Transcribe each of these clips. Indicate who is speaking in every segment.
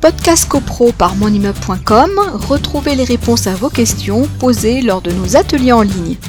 Speaker 1: podcast copro par monimmeuble.com, retrouvez les réponses à vos questions posées lors de nos ateliers en ligne.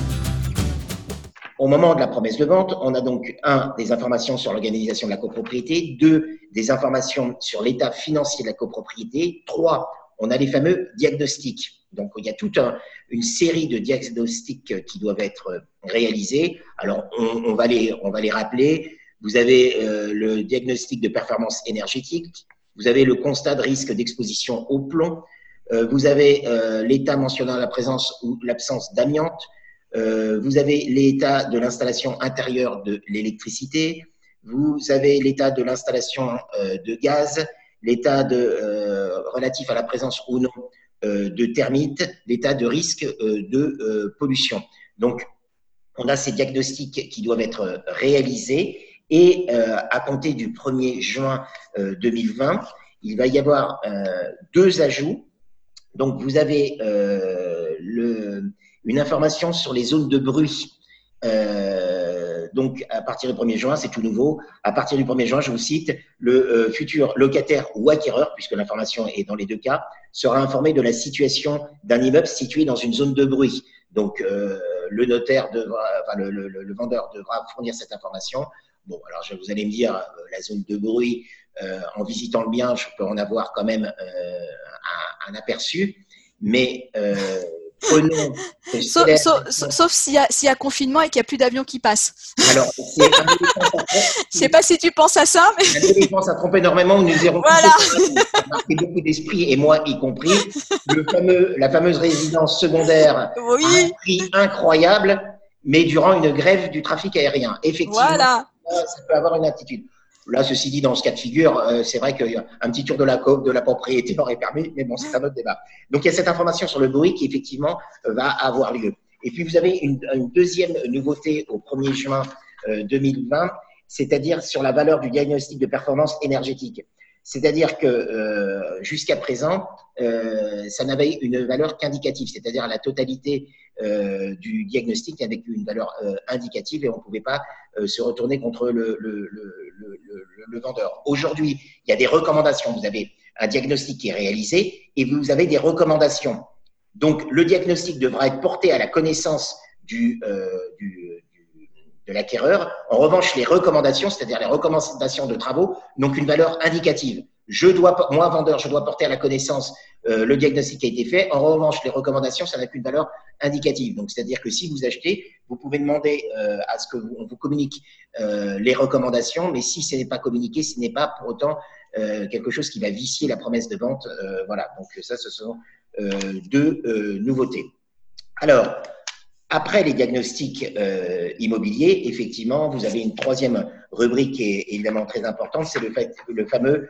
Speaker 2: Au moment de la promesse de vente, on a donc 1. Des informations sur l'organisation de la copropriété, 2. Des informations sur l'état financier de la copropriété, 3. On a les fameux diagnostics. Donc, il y a toute une série de diagnostics qui doivent être réalisés. Alors, on va les rappeler. Vous avez le diagnostic de performance énergétique, vous avez le constat de risque d'exposition au plomb, vous avez l'état mentionnant la présence ou l'absence d'amiante, vous avez l'état de l'installation intérieure de l'électricité, vous avez l'état de l'installation de gaz, l'état relatif à la présence ou non de termites, l'état de risque de pollution. Donc, on a ces diagnostics qui doivent être réalisés et à compter du 1er juin 2020, il va y avoir 2 ajouts. Donc, vous avez une information sur les zones de bruit. Donc, à partir du 1er juin, c'est tout nouveau. À partir du 1er juin, je vous cite, le futur locataire ou acquéreur, puisque l'information est dans les 2 cas, sera informé de la situation d'un immeuble situé dans une zone de bruit. Donc, le notaire devra, enfin, le vendeur devra fournir cette information. Bon, alors vous allez me dire, la zone de bruit, en visitant le bien, je peux en avoir quand même un aperçu, mais prenons…
Speaker 1: Sauf s'il y a confinement et qu'il n'y a plus d'avions qui passent.
Speaker 2: Alors, je
Speaker 1: ne sais pas si tu penses à ça. Mais…
Speaker 2: Un éléphant, ça trompe énormément. Nous irons
Speaker 1: voilà.
Speaker 2: Ça a marqué beaucoup d'esprit, et moi y compris. La fameuse résidence secondaire
Speaker 1: oui.
Speaker 2: a un prix incroyable, mais durant une grève du trafic aérien. Effectivement,
Speaker 1: voilà.
Speaker 2: Ça peut avoir une attitude. Là, ceci dit, dans ce cas de figure, c'est vrai qu'un petit tour de la propriété aurait permis, mais bon, c'est un autre débat. Donc, il y a cette information sur le bruit qui, effectivement, va avoir lieu. Et puis, vous avez une deuxième nouveauté au 1er juin 2020, c'est-à-dire sur la valeur du diagnostic de performance énergétique. C'est-à-dire que jusqu'à présent, ça n'avait une valeur qu'indicative, c'est-à-dire la totalité du diagnostic avec une valeur indicative, et on ne pouvait pas se retourner contre le vendeur. Aujourd'hui, il y a des recommandations. Vous avez un diagnostic qui est réalisé et vous avez des recommandations. Donc, le diagnostic devra être porté à la connaissance de l'acquéreur. En revanche, les recommandations, c'est-à-dire les recommandations de travaux, n'ont qu'une valeur indicative. Moi, vendeur, je dois porter à la connaissance le diagnostic qui a été fait. En revanche, les recommandations, ça n'a qu'une valeur indicative. Donc, c'est-à-dire que si vous achetez, vous pouvez demander à ce qu'on vous communique les recommandations, mais si ce n'est pas communiqué, ce n'est pas pour autant quelque chose qui va vicier la promesse de vente. Voilà, donc ça, ce sont 2 nouveautés. Alors, après les diagnostics immobiliers, effectivement, vous avez une 3e rubrique qui est évidemment très importante, c'est le fameux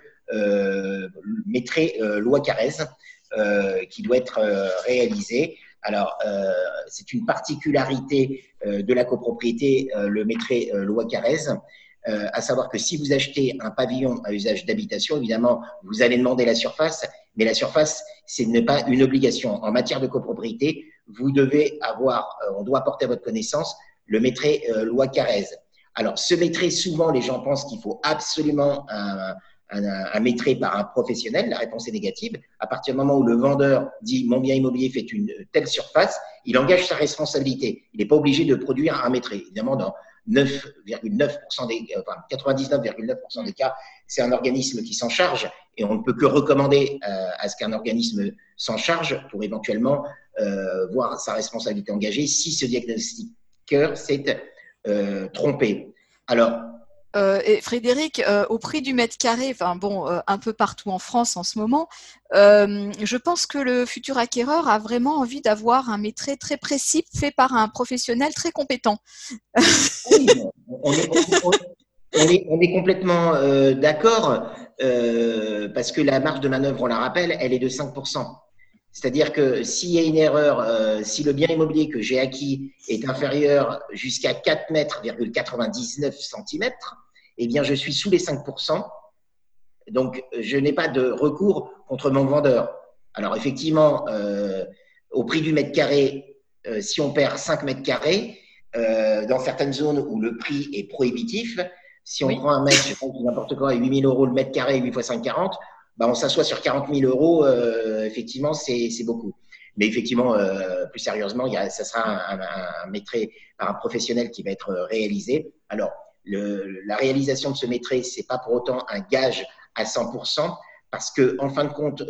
Speaker 2: Maîtret loi Carrez qui doit être réalisé. Alors, c'est une particularité de la copropriété, le Maîtret loi Carrez, à savoir que si vous achetez un pavillon à usage d'habitation, évidemment, vous allez demander la surface, mais la surface, ce n'est pas une obligation. En matière de copropriété, vous devez on doit porter à votre connaissance le Maîtret loi Carrez. Alors, ce Maîtret, souvent, les gens pensent qu'il faut absolument un Maîtret par un professionnel. La réponse est négative. À partir du moment où le vendeur dit « mon bien immobilier fait une telle surface », il engage sa responsabilité. Il n'est pas obligé de produire un Maîtret. Évidemment, dans 99,9% des cas, c'est un organisme qui s'en charge, et on ne peut que recommander à ce qu'un organisme s'en charge pour éventuellement voir sa responsabilité engagée si ce diagnostiqueur s'est trompé. Alors,
Speaker 1: et Frédéric, au prix du mètre carré, un peu partout en France en ce moment, je pense que le futur acquéreur a vraiment envie d'avoir un Maîtret très précis fait par un professionnel très compétent.
Speaker 2: Oui, on est complètement d'accord parce que la marge de manœuvre, on la rappelle, elle est de 5%. C'est-à-dire que s'il y a une erreur, si le bien immobilier que j'ai acquis est inférieur jusqu'à 4,99 m, eh bien, je suis sous les 5%. Donc, je n'ai pas de recours contre mon vendeur. Alors, effectivement, au prix du mètre carré, si on perd 5 mètres carrés, dans certaines zones où le prix est prohibitif, si on prend un mètre, je sais pas, n'importe quoi, à 8 000 € le mètre carré, 8 x 5, 40, on s'assoit sur 40 000 euros, effectivement, c'est beaucoup. Mais effectivement, plus sérieusement, ça sera un maîtrais par un professionnel qui va être réalisé. Alors, la réalisation de ce maîtrais, c'est pas pour autant un gage à 100%, parce que en fin de compte,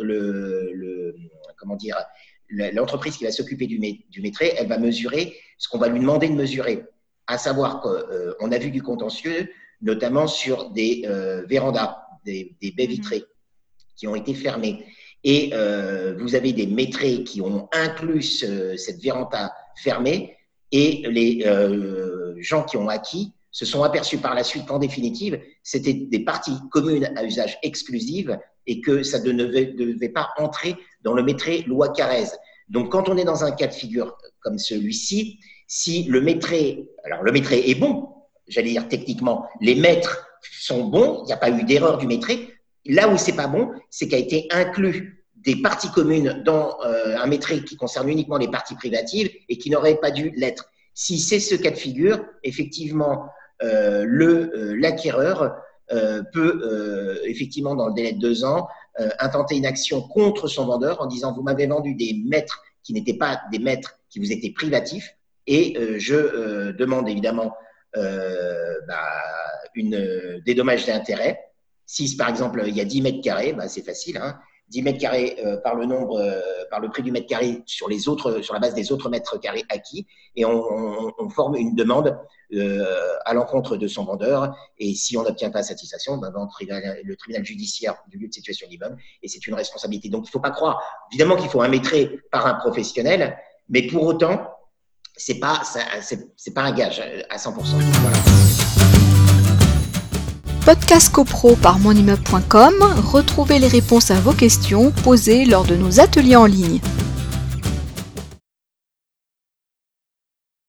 Speaker 2: l'entreprise qui va s'occuper du maîtrais, elle va mesurer ce qu'on va lui demander de mesurer, à savoir qu'on a vu du contentieux, notamment sur des vérandas, des baies vitrées qui ont été fermées. Et vous avez des maîtrais qui ont inclus cette véranda fermée, et les gens qui ont acquis se sont aperçus par la suite qu'en définitive, c'était des parties communes à usage exclusif et que ça ne devait pas entrer dans le maîtrais loi Carrez. Donc, quand on est dans un cas de figure comme celui-ci, si le maîtrais est bon, j'allais dire techniquement, les maîtres sont bons, il n'y a pas eu d'erreur du maîtrais. Là où c'est pas bon, c'est qu'a été inclus des parties communes dans un maîtrais qui concerne uniquement les parties privatives et qui n'aurait pas dû l'être. Si c'est ce cas de figure, effectivement, l'acquéreur peut effectivement, dans le délai de 2 ans, intenter une action contre son vendeur en disant: vous m'avez vendu des maîtres qui n'étaient pas des maîtres qui vous étaient privatifs, et je demande évidemment des dommages et intérêts. Si par exemple il y a 10 mètres carrés, c'est facile, 10 mètres carrés par le prix du mètre carré sur la base des autres mètres carrés acquis, et on forme une demande à l'encontre de son vendeur, et si on n'obtient pas satisfaction, le tribunal judiciaire du lieu de situation de l'immeuble, et c'est une responsabilité. Donc il ne faut pas croire, évidemment, qu'il faut un maîtrais par un professionnel, mais pour autant, c'est pas un gage à 100%. Voilà.
Speaker 1: Podcast CoPro par monimmeuble.com, retrouvez les réponses à vos questions posées lors de nos ateliers en ligne.